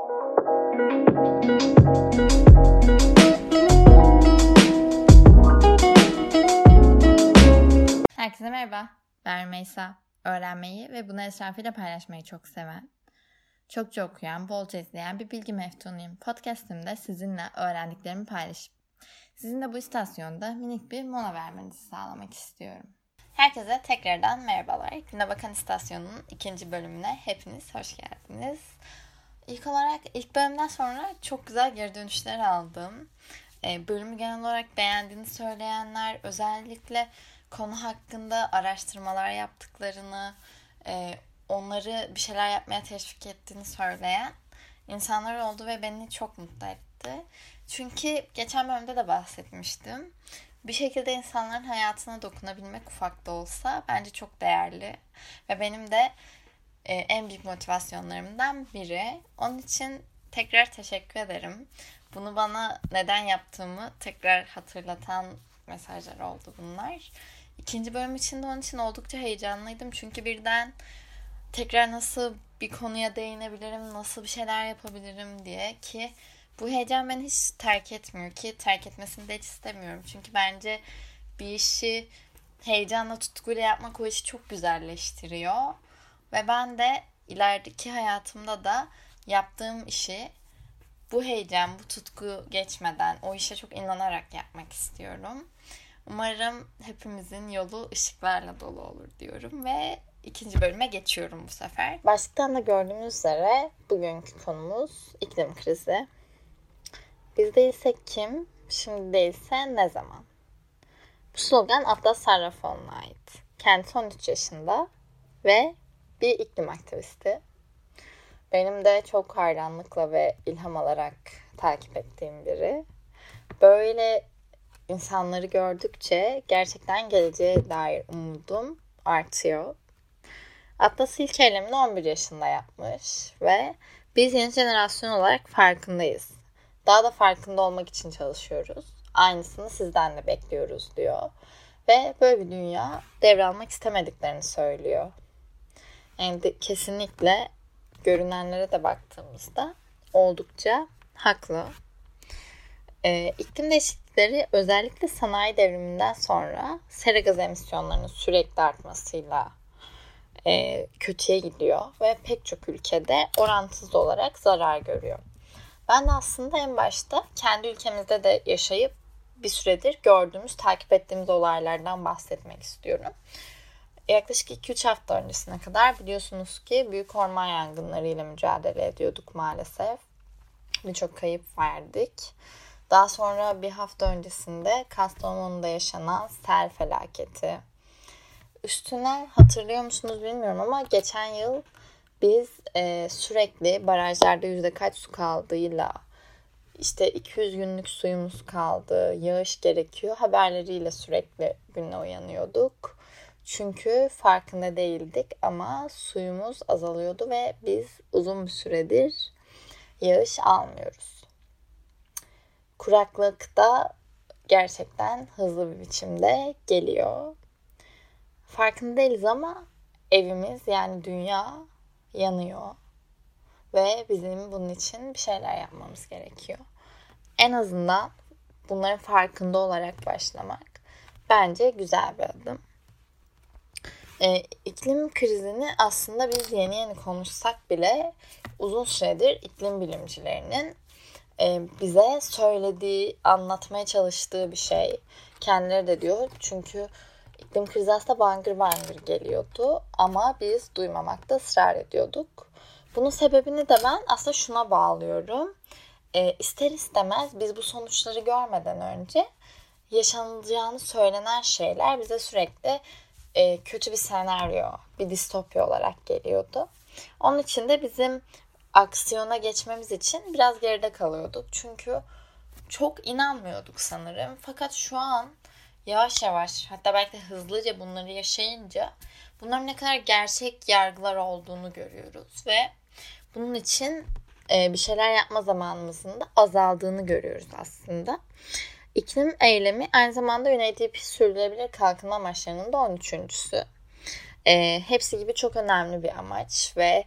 Herkese merhaba. Ben Rümeysa. Öğrenmeyi ve bunu etrafıyla paylaşmayı çok seven, çokça okuyan, bolca izleyen bir bilgi meftunuyum. Podcast'imde sizinle öğrendiklerimi paylaşıp sizin de bu istasyonda minik bir mola vermenizi sağlamak istiyorum. Herkese tekrardan merhabalar. Güne Bakan İstasyonu'nun 2. bölümüne hepiniz hoş geldiniz. İlk olarak ilk bölümden sonra çok güzel geri dönüşler aldım. Bölümü genel olarak beğendiğini söyleyenler, özellikle konu hakkında araştırmalar yaptıklarını, onları bir şeyler yapmaya teşvik ettiğini söyleyen insanlar oldu ve beni çok mutlu etti. Çünkü geçen bölümde de bahsetmiştim. Bir şekilde insanların hayatına dokunabilmek ufak da olsa bence çok değerli. Ve benim de en büyük motivasyonlarımdan biri. Onun için tekrar teşekkür ederim. Bunu bana neden yaptığımı tekrar hatırlatan mesajlar oldu bunlar. 2. bölüm için de onun için oldukça heyecanlıydım. Çünkü birden tekrar nasıl bir konuya değinebilirim, nasıl bir şeyler yapabilirim diye, ki bu heyecan beni hiç terk etmiyor, ki terk etmesini de hiç istemiyorum. Çünkü bence bir işi heyecanla, tutkuyla yapmak o işi çok güzelleştiriyor. Ve ben de ilerideki hayatımda da yaptığım işi bu heyecan, bu tutku geçmeden o işe çok inanarak yapmak istiyorum. Umarım hepimizin yolu ışıklarla dolu olur diyorum ve 2. bölüme geçiyorum bu sefer. Başlıktan da gördüğünüz üzere bugünkü konumuz iklim krizi. Biz değilsek kim, şimdi değilse ne zaman? Bu slogan Atlas Sarrafoğlu'na ait. Kendisi 13 yaşında ve bir iklim aktivisti. Benim de çok hayranlıkla ve ilham alarak takip ettiğim biri. Böyle insanları gördükçe gerçekten geleceğe dair umudum artıyor. Atlas ilk eylemini 11 yaşında yapmış ve biz yeni jenerasyon olarak farkındayız. Daha da farkında olmak için çalışıyoruz. Aynısını sizden de bekliyoruz diyor. Ve böyle bir dünya devralmak istemediklerini söylüyor. Yani kesinlikle görünenlere de baktığımızda oldukça haklı. İklim değişiklikleri özellikle sanayi devriminden sonra sera gazı emisyonlarının sürekli artmasıyla kötüye gidiyor ve pek çok ülkede orantısız olarak zarar görüyor. Ben de aslında en başta kendi ülkemizde de yaşayıp bir süredir gördüğümüz, takip ettiğimiz olaylardan bahsetmek istiyorum. Yaklaşık 2-3 hafta öncesine kadar biliyorsunuz ki büyük orman yangınlarıyla mücadele ediyorduk maalesef. Birçok kayıp verdik. Daha sonra bir hafta öncesinde Kastamonu'da yaşanan sel felaketi. Üstüne hatırlıyor musunuz bilmiyorum ama geçen yıl biz sürekli barajlarda yüzde kaç su kaldığıyla, işte 200 günlük suyumuz kaldı, yağış gerekiyor haberleriyle sürekli güne uyanıyorduk. Çünkü farkında değildik ama suyumuz azalıyordu ve biz uzun bir süredir yağış almıyoruz. Kuraklık da gerçekten hızlı bir biçimde geliyor. Farkında değiliz ama evimiz, yani dünya yanıyor. Ve bizim bunun için bir şeyler yapmamız gerekiyor. En azından bunların farkında olarak başlamak bence güzel bir adım. İklim krizini aslında biz yeni konuşsak bile uzun süredir iklim bilimcilerinin bize söylediği, anlatmaya çalıştığı bir şey. Kendileri de diyor. Çünkü iklim krizi aslında bangır bangır geliyordu ama biz duymamakta ısrar ediyorduk. Bunun sebebini de ben aslında şuna bağlıyorum. İster istemez biz bu sonuçları görmeden önce yaşanacağını söylenen şeyler bize sürekli kötü bir senaryo, bir distopya olarak geliyordu. Onun için de bizim aksiyona geçmemiz için biraz geride kalıyorduk. Çünkü çok inanmıyorduk sanırım. Fakat şu an yavaş yavaş, hatta belki de hızlıca bunları yaşayınca bunların ne kadar gerçek yargılar olduğunu görüyoruz ve bunun için bir şeyler yapma zamanımızın da azaldığını görüyoruz aslında. İklim eylemi aynı zamanda UNDP Sürdürülebilir Kalkınma Amaçlarının da 13.'sü. Hepsi gibi çok önemli bir amaç ve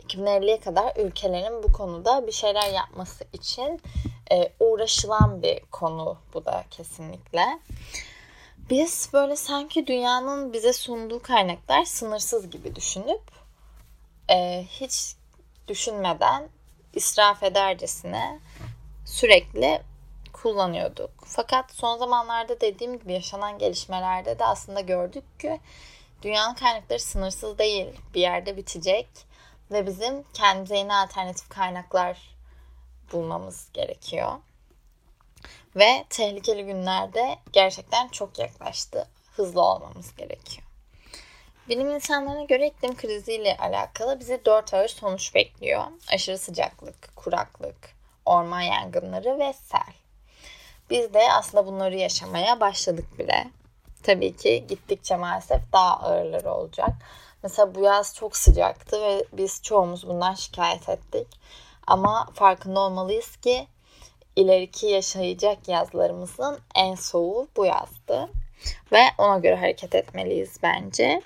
2050'ye kadar ülkelerin bu konuda bir şeyler yapması için uğraşılan bir konu bu da kesinlikle. Biz böyle sanki dünyanın bize sunduğu kaynaklar sınırsız gibi düşünüp hiç düşünmeden israf edercesine sürekli kullanıyorduk. Fakat son zamanlarda dediğim gibi yaşanan gelişmelerde de aslında gördük ki dünyanın kaynakları sınırsız değil. Bir yerde bitecek ve bizim kendimize yeni alternatif kaynaklar bulmamız gerekiyor. Ve tehlikeli günlerde gerçekten çok yaklaştı. Hızlı olmamız gerekiyor. Bilim insanlarına göre iklim kriziyle alakalı bizi 4 ağır sonuç bekliyor. Aşırı sıcaklık, kuraklık, orman yangınları ve sel. Biz de aslında bunları yaşamaya başladık bile. Tabii ki gittikçe maalesef daha ağırları olacak. Mesela bu yaz çok sıcaktı ve biz çoğumuz bundan şikayet ettik. Ama farkında olmalıyız ki ileriki yaşayacak yazlarımızın en soğuğu bu yazdı. Ve ona göre hareket etmeliyiz bence.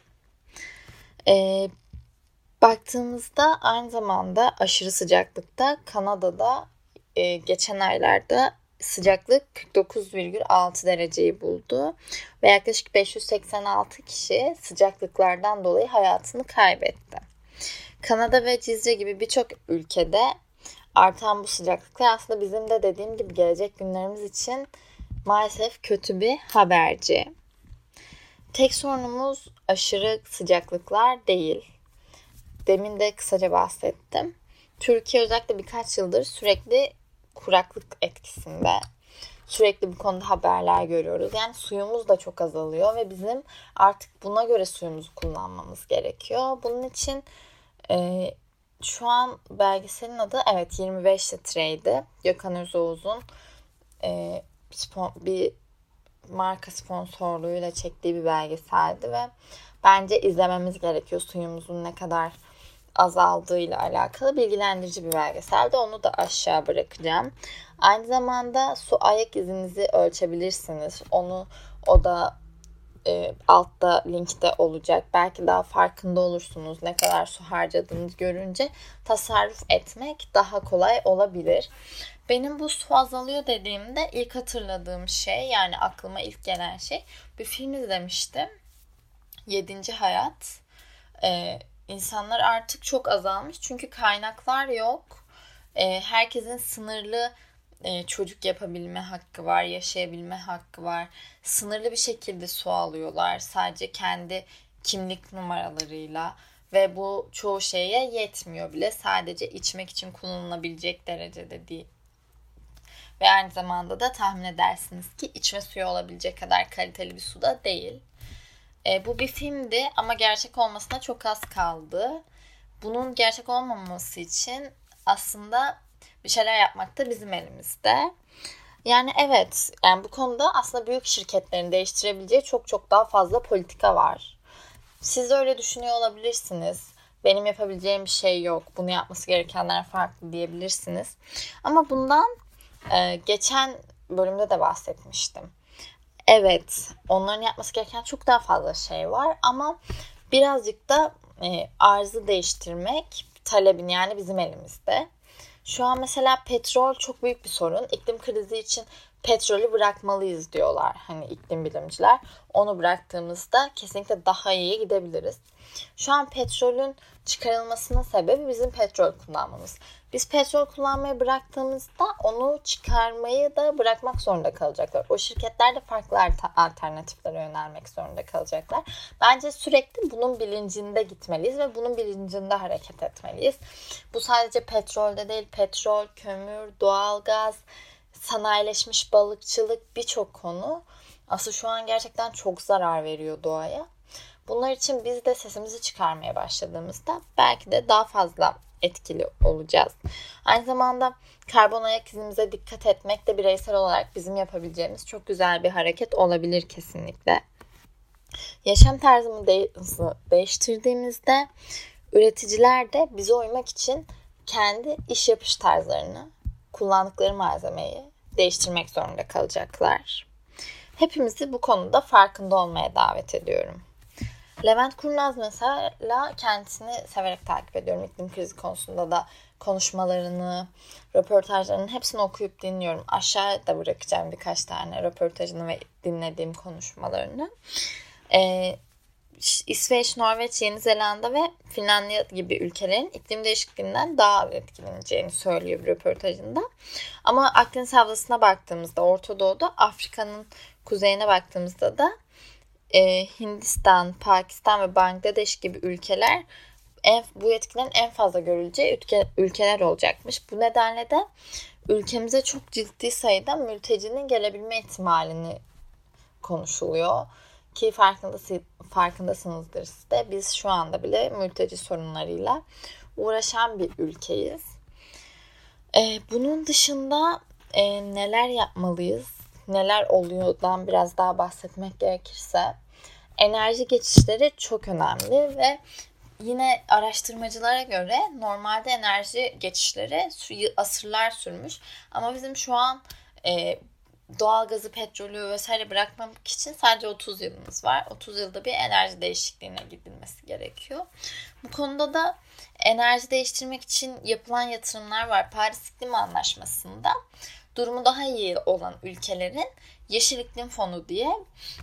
Baktığımızda aynı zamanda aşırı sıcaklıkta Kanada'da geçen aylarda sıcaklık 49,6 dereceyi buldu. Ve yaklaşık 586 kişi sıcaklıklardan dolayı hayatını kaybetti. Kanada ve Cizre gibi birçok ülkede artan bu sıcaklıklar aslında bizim de dediğim gibi gelecek günlerimiz için maalesef kötü bir haberci. Tek sorunumuz aşırı sıcaklıklar değil. Demin de kısaca bahsettim. Türkiye özellikle birkaç yıldır sürekli kuraklık etkisinde. Sürekli bu konuda haberler görüyoruz. Yani suyumuz da çok azalıyor ve bizim artık buna göre suyumuzu kullanmamız gerekiyor. Bunun için şu an belgeselin adı 25 litreydi. Gökhan Özoğuz'un bir marka sponsorluğuyla çektiği bir belgeseldi ve bence izlememiz gerekiyor. Suyumuzun ne kadar azaldığıyla alakalı bilgilendirici bir belgeseldi. Onu da aşağı bırakacağım. Aynı zamanda su ayak izinizi ölçebilirsiniz. O da altta linkte olacak. Belki daha farkında olursunuz. Ne kadar su harcadığınızı görünce tasarruf etmek daha kolay olabilir. Benim bu su azalıyor dediğimde ilk hatırladığım şey, yani aklıma ilk gelen şey, bir film izlemiştim. 7. Hayat. İnsanlar artık çok azalmış çünkü kaynaklar yok. Herkesin sınırlı çocuk yapabilme hakkı var, yaşayabilme hakkı var. Sınırlı bir şekilde su alıyorlar sadece kendi kimlik numaralarıyla ve bu çoğu şeye yetmiyor bile. Sadece içmek için kullanılabilecek derecede değil. Ve aynı zamanda da tahmin edersiniz ki içme suyu olabilecek kadar kaliteli bir su da değil. Bu bir filmdi ama gerçek olmasına çok az kaldı. Bunun gerçek olmaması için aslında bir şeyler yapmak da bizim elimizde. Yani evet, yani bu konuda aslında büyük şirketlerin değiştirebileceği çok çok daha fazla politika var. Siz de öyle düşünüyor olabilirsiniz. Benim yapabileceğim bir şey yok. Bunu yapması gerekenler farklı diyebilirsiniz. Ama bundan geçen bölümde de bahsetmiştim. Evet, onların yapması gereken çok daha fazla şey var ama birazcık da arzı değiştirmek, talebin, yani bizim elimizde. Şu an mesela petrol çok büyük bir sorun. İklim krizi için petrolü bırakmalıyız diyorlar hani iklim bilimciler. Onu bıraktığımızda kesinlikle daha iyi gidebiliriz. Şu an petrolün çıkarılmasının sebebi bizim petrol kullanmamız. Biz petrol kullanmayı bıraktığımızda onu çıkarmayı da bırakmak zorunda kalacaklar. O şirketler de farklı alternatiflere yönelmek zorunda kalacaklar. Bence sürekli bunun bilincinde gitmeliyiz ve bunun bilincinde hareket etmeliyiz. Bu sadece petrolde değil, petrol, kömür, doğalgaz, sanayileşmiş balıkçılık, birçok konu aslında şu an gerçekten çok zarar veriyor doğaya. Bunlar için biz de sesimizi çıkarmaya başladığımızda belki de daha fazla etkili olacağız. Aynı zamanda karbon ayak izimize dikkat etmek de bireysel olarak bizim yapabileceğimiz çok güzel bir hareket olabilir kesinlikle. Yaşam tarzımı değiştirdiğimizde üreticiler de bize uymak için kendi iş yapış tarzlarını, kullandıkları malzemeyi değiştirmek zorunda kalacaklar. Hepimizi bu konuda farkında olmaya davet ediyorum. Levent Kurnaz mesela kendisini severek takip ediyorum. İklim krizi konusunda da konuşmalarını, röportajlarının hepsini okuyup dinliyorum. Aşağıya da bırakacağım birkaç tane röportajını ve dinlediğim konuşmalarını. İsveç, Norveç, Yeni Zelanda ve Finlandiya gibi ülkelerin iklim değişikliğinden daha etkileneceğini söylüyor bir röportajında. Ama Akdeniz Havzası'na baktığımızda, Orta Doğu'da, Afrika'nın kuzeyine baktığımızda da Hindistan, Pakistan ve Bangladeş gibi ülkeler bu etkilerin en fazla görüleceği ülkeler olacakmış. Bu nedenle de ülkemize çok ciddi sayıda mültecinin gelebilme ihtimalini konuşuluyor. Ki farkındasınızdır siz de. Biz şu anda bile mülteci sorunlarıyla uğraşan bir ülkeyiz. Bunun dışında neler yapmalıyız? Neler oluyordan biraz daha bahsetmek gerekirse, enerji geçişleri çok önemli ve yine araştırmacılara göre normalde enerji geçişleri asırlar sürmüş. Ama bizim şu an doğalgazı, petrolü vesaire bırakmamak için sadece 30 yılımız var. 30 yılda bir enerji değişikliğine gidilmesi gerekiyor. Bu konuda da enerji değiştirmek için yapılan yatırımlar var. Paris İklim Anlaşması'nda durumu daha iyi olan ülkelerin Yeşil İklim Fonu diye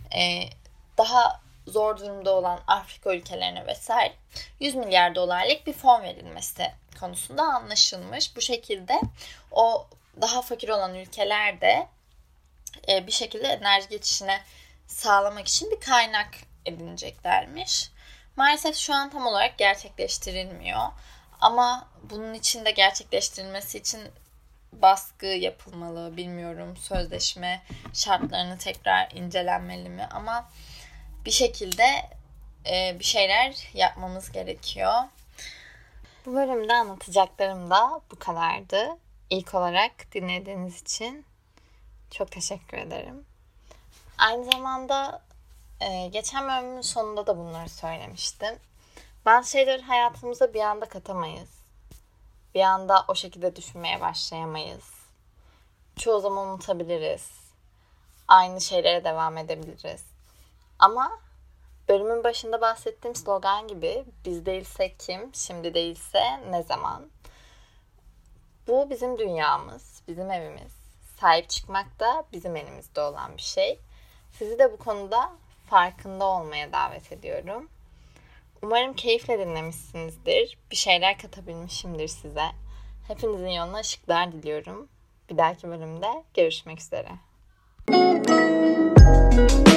daha zor durumda olan Afrika ülkelerine vesaire 100 milyar dolarlık bir fon verilmesi konusunda anlaşılmış. Bu şekilde o daha fakir olan ülkeler de bir şekilde enerji geçişine sağlamak için bir kaynak edineceklermiş. Maalesef şu an tam olarak gerçekleştirilmiyor. Ama bunun için de gerçekleştirilmesi için baskı yapılmalı. Bilmiyorum, sözleşme şartlarını tekrar incelenmeli mi? Ama bir şekilde bir şeyler yapmamız gerekiyor. Bu bölümde anlatacaklarım da bu kadardı. İlk olarak dinlediğiniz için çok teşekkür ederim. Aynı zamanda geçen bölümün sonunda da bunları söylemiştim. Bazı şeyleri hayatımıza bir anda katamayız. Bir anda o şekilde düşünmeye başlayamayız. Çoğu zaman unutabiliriz. Aynı şeylere devam edebiliriz. Ama bölümün başında bahsettiğim slogan gibi biz değilsek kim, şimdi değilse ne zaman? Bu bizim dünyamız, bizim evimiz. Sahip çıkmak da bizim elimizde olan bir şey. Sizi de bu konuda farkında olmaya davet ediyorum. Umarım keyifle dinlemişsinizdir. Bir şeyler katabilmişimdir size. Hepinizin yoluna ışıklar diliyorum. Bir dahaki bölümde görüşmek üzere.